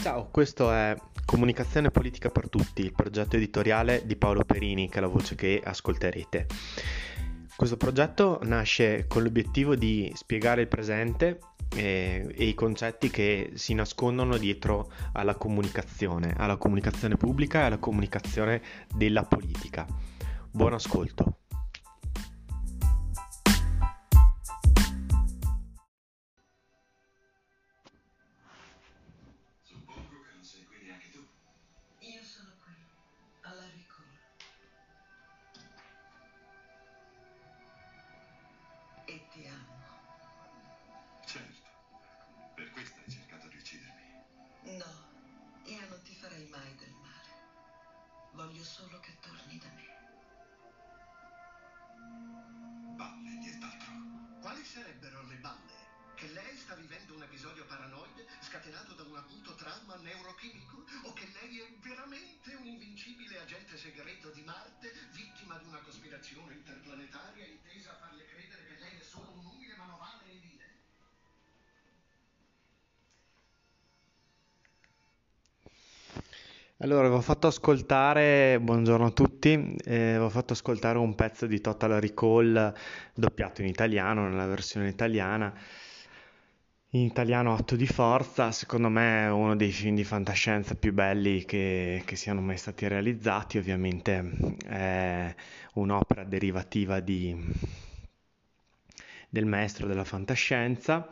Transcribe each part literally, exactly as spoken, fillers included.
Ciao, questo è Comunicazione Politica per Tutti, il progetto editoriale di Paolo Perini, che è la voce che ascolterete. Questo progetto nasce con l'obiettivo di spiegare il presente e, e i concetti che si nascondono dietro alla comunicazione, alla comunicazione pubblica e alla comunicazione della politica. Buon ascolto. Io sono qui, alla Ricola. E ti amo. Certo, per questo hai cercato di uccidermi. No, io non ti farei mai del male. Voglio solo che torni da me. Balle, nient'altro. Quali sarebbero le balle? Che lei sta vivendo un episodio paranoide scatenato da un acuto trauma neurochimico? O che lei è veramente un invincibile agente segreto di Marte, vittima di una cospirazione interplanetaria intesa a farle credere che lei è solo un umile manovale e vile? Allora, avevo fatto ascoltare, buongiorno a tutti, eh, avevo fatto ascoltare un pezzo di Total Recall doppiato in italiano, nella versione italiana. In italiano Atto di forza, secondo me è uno dei film di fantascienza più belli che, che siano mai stati realizzati, ovviamente è un'opera derivativa di, del maestro della fantascienza.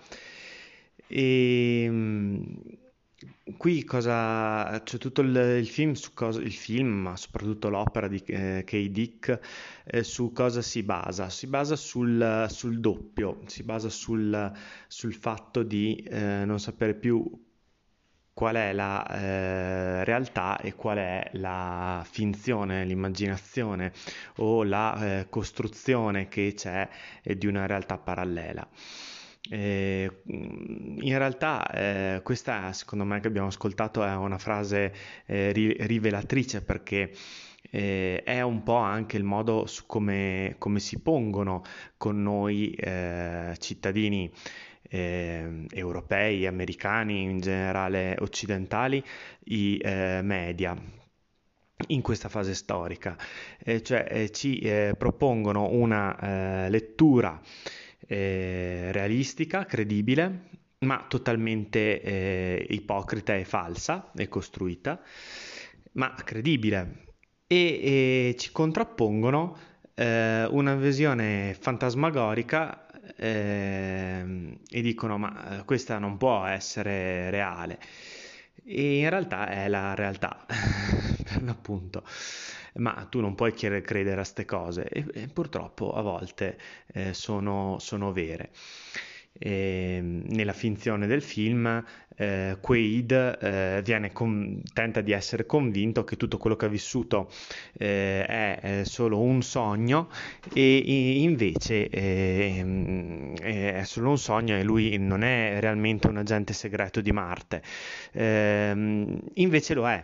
E qui cosa c'è tutto il, il film su cosa il film, ma soprattutto l'opera di eh, K. Dick eh, su cosa si basa? Si basa sul, sul doppio, si basa sul, sul fatto di eh, non sapere più qual è la eh, realtà e qual è la finzione, l'immaginazione o la eh, costruzione che c'è eh, di una realtà parallela. Eh, in realtà eh, questa secondo me che abbiamo ascoltato è una frase eh, ri- rivelatrice perché eh, è un po' anche il modo su come, come si pongono con noi eh, cittadini eh, europei, americani, in generale occidentali, i eh, media in questa fase storica, eh, cioè eh, ci eh, propongono una eh, lettura eh, realistica, credibile, ma totalmente eh, ipocrita e falsa e costruita, ma credibile. E, e ci contrappongono eh, una visione fantasmagorica eh, e dicono ma eh, questa non può essere reale. E in realtà è la realtà, per l'appunto. Ma tu non puoi chiedere- credere a ste cose e, e purtroppo a volte eh, sono, sono vere. E, nella finzione del film, eh, Quaid eh, viene con- tenta di essere convinto che tutto quello che ha vissuto eh, è, è solo un sogno e i- invece ehm, è solo un sogno e lui non è realmente un agente segreto di Marte. Ehm, invece lo è.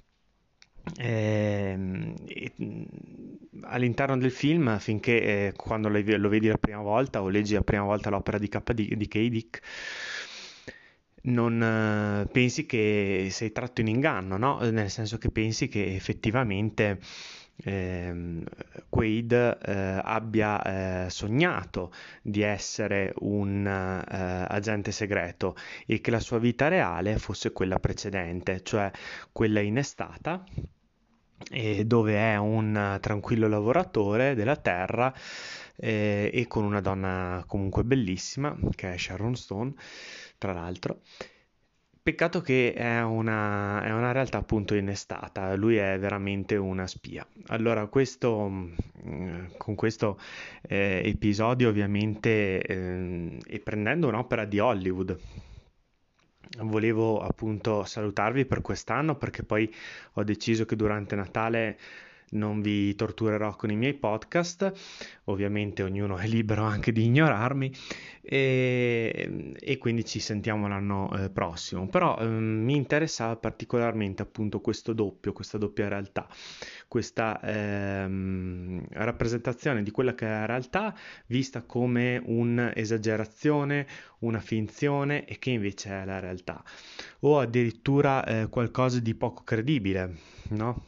Ehm, e, mh, all'interno del film, finché eh, quando lo, lo vedi la prima volta o leggi la prima volta l'opera di, K. di, di K. Dick, non eh, pensi che sei tratto in inganno, no? Nel senso che pensi che effettivamente ehm, Quaid eh, abbia eh, sognato di essere un eh, agente segreto e che la sua vita reale fosse quella precedente, cioè quella innestata e dove è un tranquillo lavoratore della terra eh, e con una donna comunque bellissima che è Sharon Stone, tra l'altro. Peccato che è una, è una realtà appunto innestata, lui è veramente una spia. Allora, questo, mh, con questo eh, episodio ovviamente ehm, e prendendo un'opera di Hollywood, volevo appunto salutarvi per quest'anno perché poi ho deciso che durante Natale non vi torturerò con i miei podcast, ovviamente ognuno è libero anche di ignorarmi e, e quindi ci sentiamo l'anno eh, prossimo, però ehm, mi interessava particolarmente appunto questo doppio, questa doppia realtà, questa ehm, rappresentazione di quella che è la realtà vista come un'esagerazione, una finzione e che invece è la realtà, o addirittura eh, qualcosa di poco credibile, no?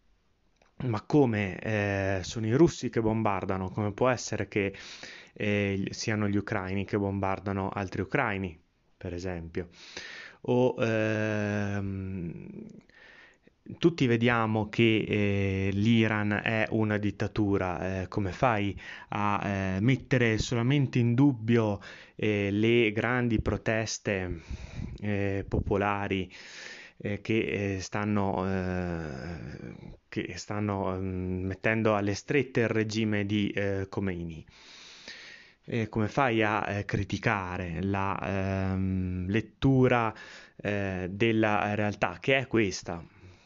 Ma come eh, sono i russi che bombardano? Come può essere che eh, siano gli ucraini che bombardano altri ucraini, per esempio? O ehm, tutti vediamo che eh, l'Iran è una dittatura, eh, come fai a eh, mettere solamente in dubbio eh, le grandi proteste eh, popolari eh, che, eh, stanno, eh, che stanno mm, mettendo alle strette il regime di eh, Khomeini? E come fai a eh, criticare la ehm, lettura eh, della realtà che è questa?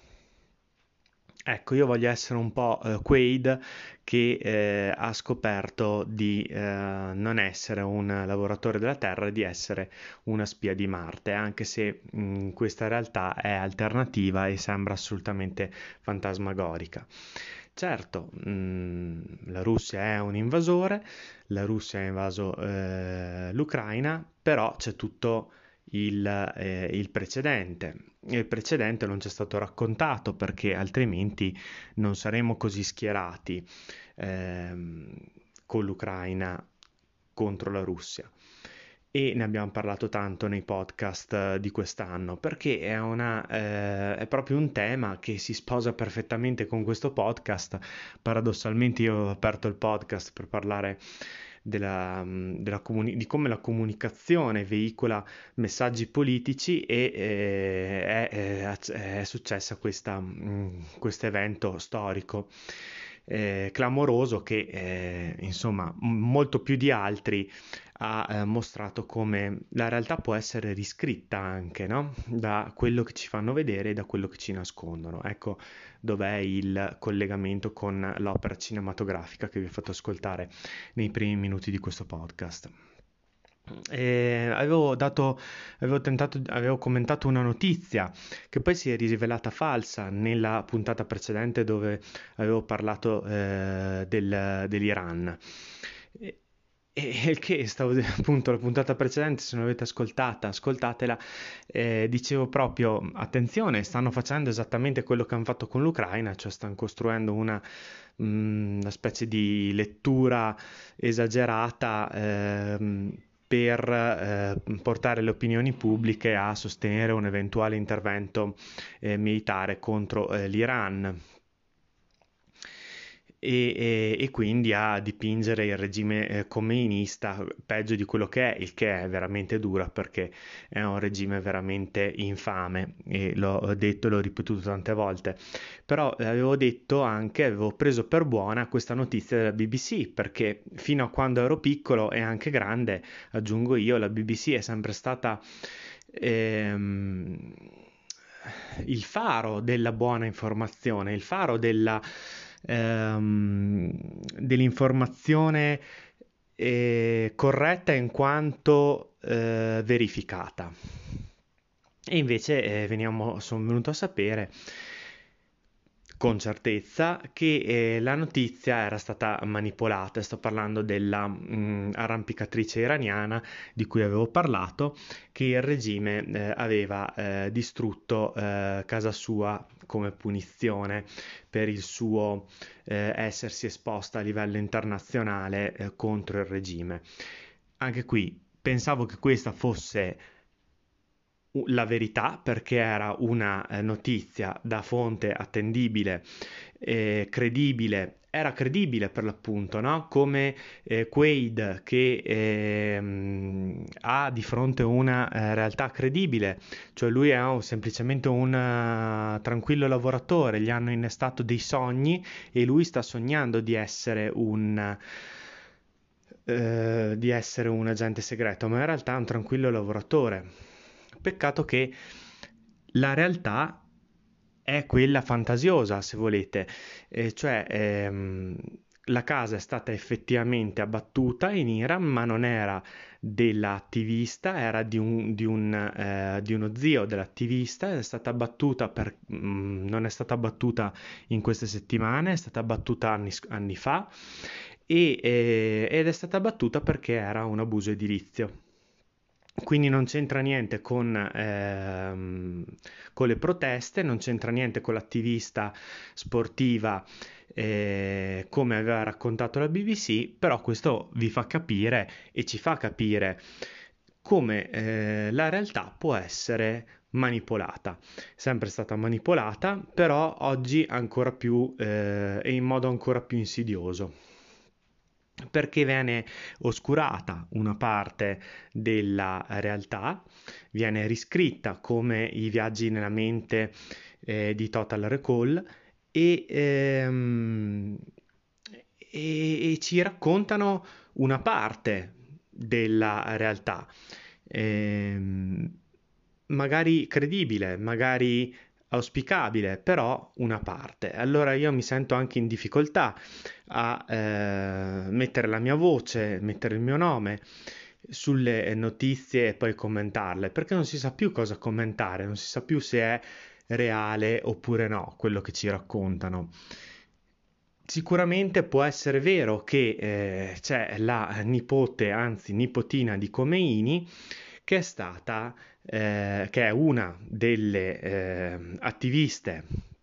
Ecco, io voglio essere un po' eh, Quaid che eh, ha scoperto di eh, non essere un lavoratore della Terra, di essere una spia di Marte, anche se mh, questa realtà è alternativa e sembra assolutamente fantasmagorica. Certo, mh, la Russia è un invasore, la Russia ha invaso eh, l'Ucraina, però c'è tutto il, eh, il precedente. Il precedente non ci è stato raccontato perché altrimenti non saremmo così schierati ehm, con l'Ucraina contro la Russia. E ne abbiamo parlato tanto nei podcast eh, di quest'anno perché è, una, eh, è proprio un tema che si sposa perfettamente con questo podcast. Paradossalmente io ho aperto il podcast per parlare della, della comuni- di come la comunicazione veicola messaggi politici e eh, è, è, è successa questa, questo evento storico eh, clamoroso che eh, insomma molto più di altri ha eh, mostrato come la realtà può essere riscritta anche, no? Da quello che ci fanno vedere e da quello che ci nascondono. Ecco dov'è il collegamento con l'opera cinematografica che vi ho fatto ascoltare nei primi minuti di questo podcast. E avevo dato, avevo tentato, avevo commentato una notizia che poi si è rivelata falsa nella puntata precedente dove avevo parlato eh, del, dell'Iran. E, e il che stavo appunto la puntata precedente, se non l'avete ascoltata, ascoltatela. Eh, dicevo proprio: attenzione, stanno facendo esattamente quello che hanno fatto con l'Ucraina, cioè stanno costruendo una, mh, una specie di lettura esagerata. Ehm, per eh, portare le opinioni pubbliche a sostenere un eventuale intervento eh, militare contro eh, l'Iran. E, e, e quindi a dipingere il regime eh, khomeinista peggio di quello che è, il che è veramente dura perché è un regime veramente infame e l'ho detto e l'ho ripetuto tante volte. Però eh, avevo detto anche, avevo preso per buona questa notizia della B B C perché fino a quando ero piccolo e anche grande, aggiungo io, la B B C è sempre stata ehm, il faro della buona informazione, il faro della ehm, dell'informazione eh, corretta in quanto eh, verificata. E invece eh, veniamo, sono venuto a sapere con certezza che eh, la notizia era stata manipolata. Sto parlando della mh, arrampicatrice iraniana di cui avevo parlato, che il regime eh, aveva eh, distrutto eh, casa sua come punizione per il suo eh, essersi esposta a livello internazionale eh, contro il regime. Anche qui pensavo che questa fosse la verità perché era una eh, notizia da fonte attendibile, eh, credibile, era credibile per l'appunto, no? Come eh, Quaid che eh, ha di fronte una eh, realtà credibile, cioè lui è un, semplicemente un uh, tranquillo lavoratore, gli hanno innestato dei sogni e lui sta sognando di essere un... Uh, di essere un agente segreto, ma in realtà è un tranquillo lavoratore. Peccato che la realtà è quella fantasiosa, se volete, eh, cioè ehm, la casa è stata effettivamente abbattuta in Iran, ma non era dell'attivista, era di, un, di, un, eh, di uno zio dell'attivista. È stata abbattuta per, mh, non è stata abbattuta in queste settimane, è stata abbattuta anni, anni fa e, eh, ed è stata abbattuta perché era un abuso edilizio. Quindi non c'entra niente con, ehm, con le proteste, non c'entra niente con l'attivista sportiva, eh, come aveva raccontato la B B C, però questo vi fa capire e ci fa capire come eh, la realtà può essere manipolata. Sempre stata manipolata, però oggi ancora più eh, e in modo ancora più insidioso, perché viene oscurata una parte della realtà, viene riscritta come i viaggi nella mente eh, di Total Recall e, ehm, e, e ci raccontano una parte della realtà, ehm, magari credibile, magari auspicabile, però una parte. Allora io mi sento anche in difficoltà a eh, mettere la mia voce, mettere il mio nome sulle notizie e poi commentarle, perché non si sa più cosa commentare, non si sa più se è reale oppure no quello che ci raccontano. Sicuramente può essere vero che eh, c'è la nipote, anzi nipotina di Khomeini, che è stata, eh, che è una delle eh, attiviste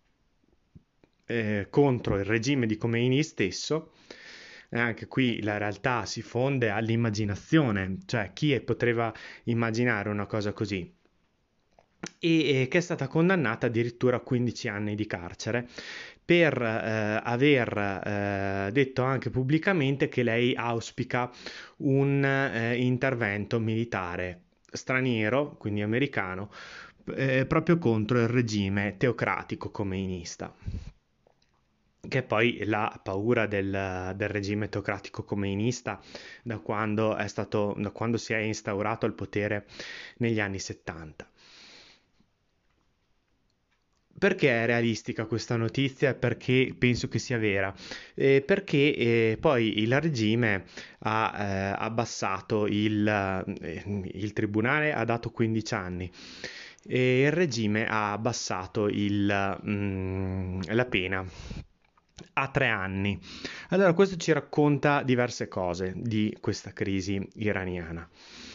eh, contro il regime di Khomeini stesso. E anche qui la realtà si fonde all'immaginazione, cioè chi poteva immaginare una cosa così? E eh, che è stata condannata addirittura a quindici anni di carcere per eh, aver eh, detto anche pubblicamente che lei auspica un eh, intervento militare straniero, quindi americano, eh, proprio contro il regime teocratico khomeinista, che è poi la paura del, del regime teocratico khomeinista da quando è stato, da quando si è instaurato al potere negli anni settanta. Perché è realistica questa notizia? Perché penso che sia vera? Eh, perché eh, poi il regime ha eh, abbassato il, eh, il tribunale ha dato quindici anni e il regime ha abbassato il, mm, la pena a tre anni. Allora questo ci racconta diverse cose di questa crisi iraniana.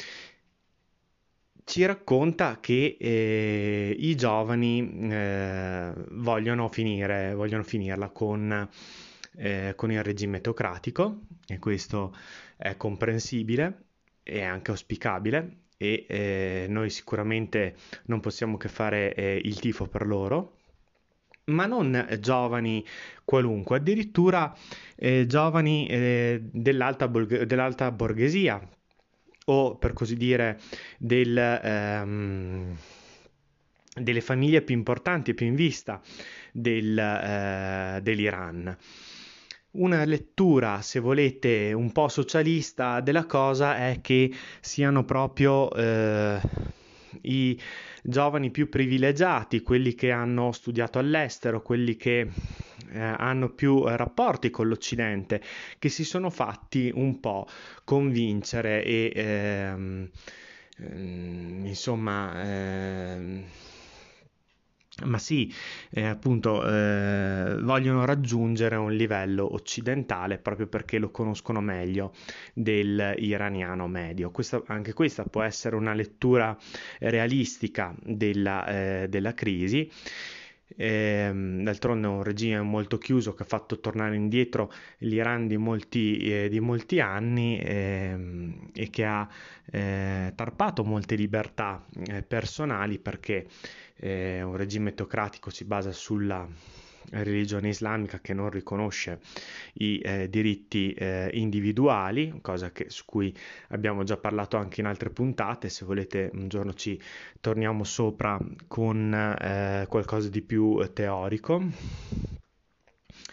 Ci racconta che eh, i giovani eh, vogliono finire, vogliono finirla con, eh, con il regime teocratico, e questo è comprensibile e anche auspicabile, e eh, noi sicuramente non possiamo che fare eh, il tifo per loro, ma non giovani qualunque, addirittura eh, giovani eh, dell'alta, borg- dell'alta borghesia, o per così dire del, ehm, delle famiglie più importanti e più in vista del, eh, dell'Iran. Una lettura, se volete, un po' socialista della cosa è che siano proprio eh, i giovani più privilegiati, quelli che hanno studiato all'estero, quelli che eh, hanno più rapporti con l'Occidente, che si sono fatti un po' convincere e ehm, ehm, insomma ehm, ma sì, eh, appunto eh, vogliono raggiungere un livello occidentale proprio perché lo conoscono meglio dell'iraniano medio. Questa, anche questa può essere una lettura realistica della, eh, della crisi. Eh, d'altronde è un regime molto chiuso che ha fatto tornare indietro l'Iran di molti, eh, di molti anni eh, e che ha eh, tarpato molte libertà eh, personali, perché eh, un regime teocratico si basa sulla religione islamica che non riconosce i eh, diritti eh, individuali, cosa che, su cui abbiamo già parlato anche in altre puntate. Se volete un giorno ci torniamo sopra con eh, qualcosa di più teorico.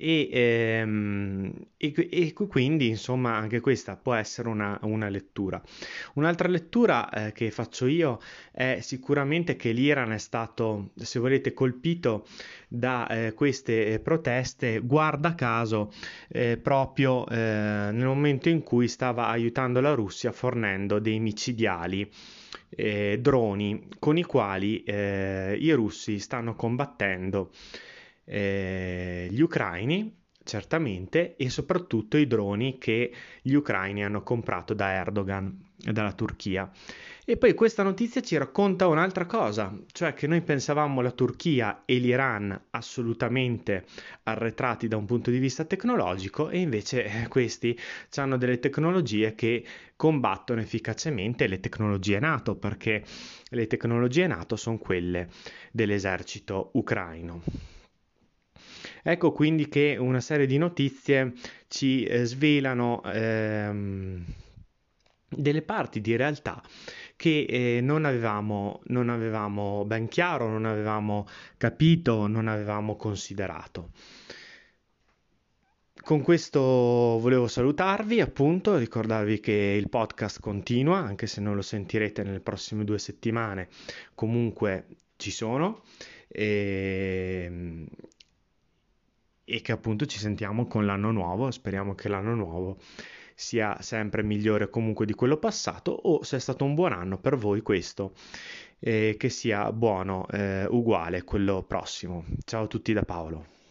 E, ehm, e, e quindi insomma anche questa può essere una, una lettura. Un'altra lettura eh, che faccio io è sicuramente che l'Iran è stato, se volete, colpito da eh, queste proteste, guarda caso, eh, proprio eh, nel momento in cui stava aiutando la Russia fornendo dei micidiali eh, droni con i quali eh, i russi stanno combattendo eh, gli ucraini, certamente, e soprattutto i droni che gli ucraini hanno comprato da Erdogan e dalla Turchia. E poi questa notizia ci racconta un'altra cosa, cioè che noi pensavamo la Turchia e l'Iran assolutamente arretrati da un punto di vista tecnologico, e invece eh, questi hanno delle tecnologie che combattono efficacemente le tecnologie NATO, perché le tecnologie NATO sono quelle dell'esercito ucraino. Ecco quindi che una serie di notizie ci eh, svelano ehm, delle parti di realtà che eh, non avevamo, non avevamo ben chiaro, non avevamo capito, non avevamo considerato. Con questo volevo salutarvi, appunto, ricordarvi che il podcast continua, anche se non lo sentirete nelle prossime due settimane, comunque ci sono, e, e che appunto ci sentiamo con l'anno nuovo. Speriamo che l'anno nuovo sia sempre migliore comunque di quello passato, o se è stato un buon anno per voi questo, eh, che sia buono, eh, uguale quello prossimo. Ciao a tutti da Paolo.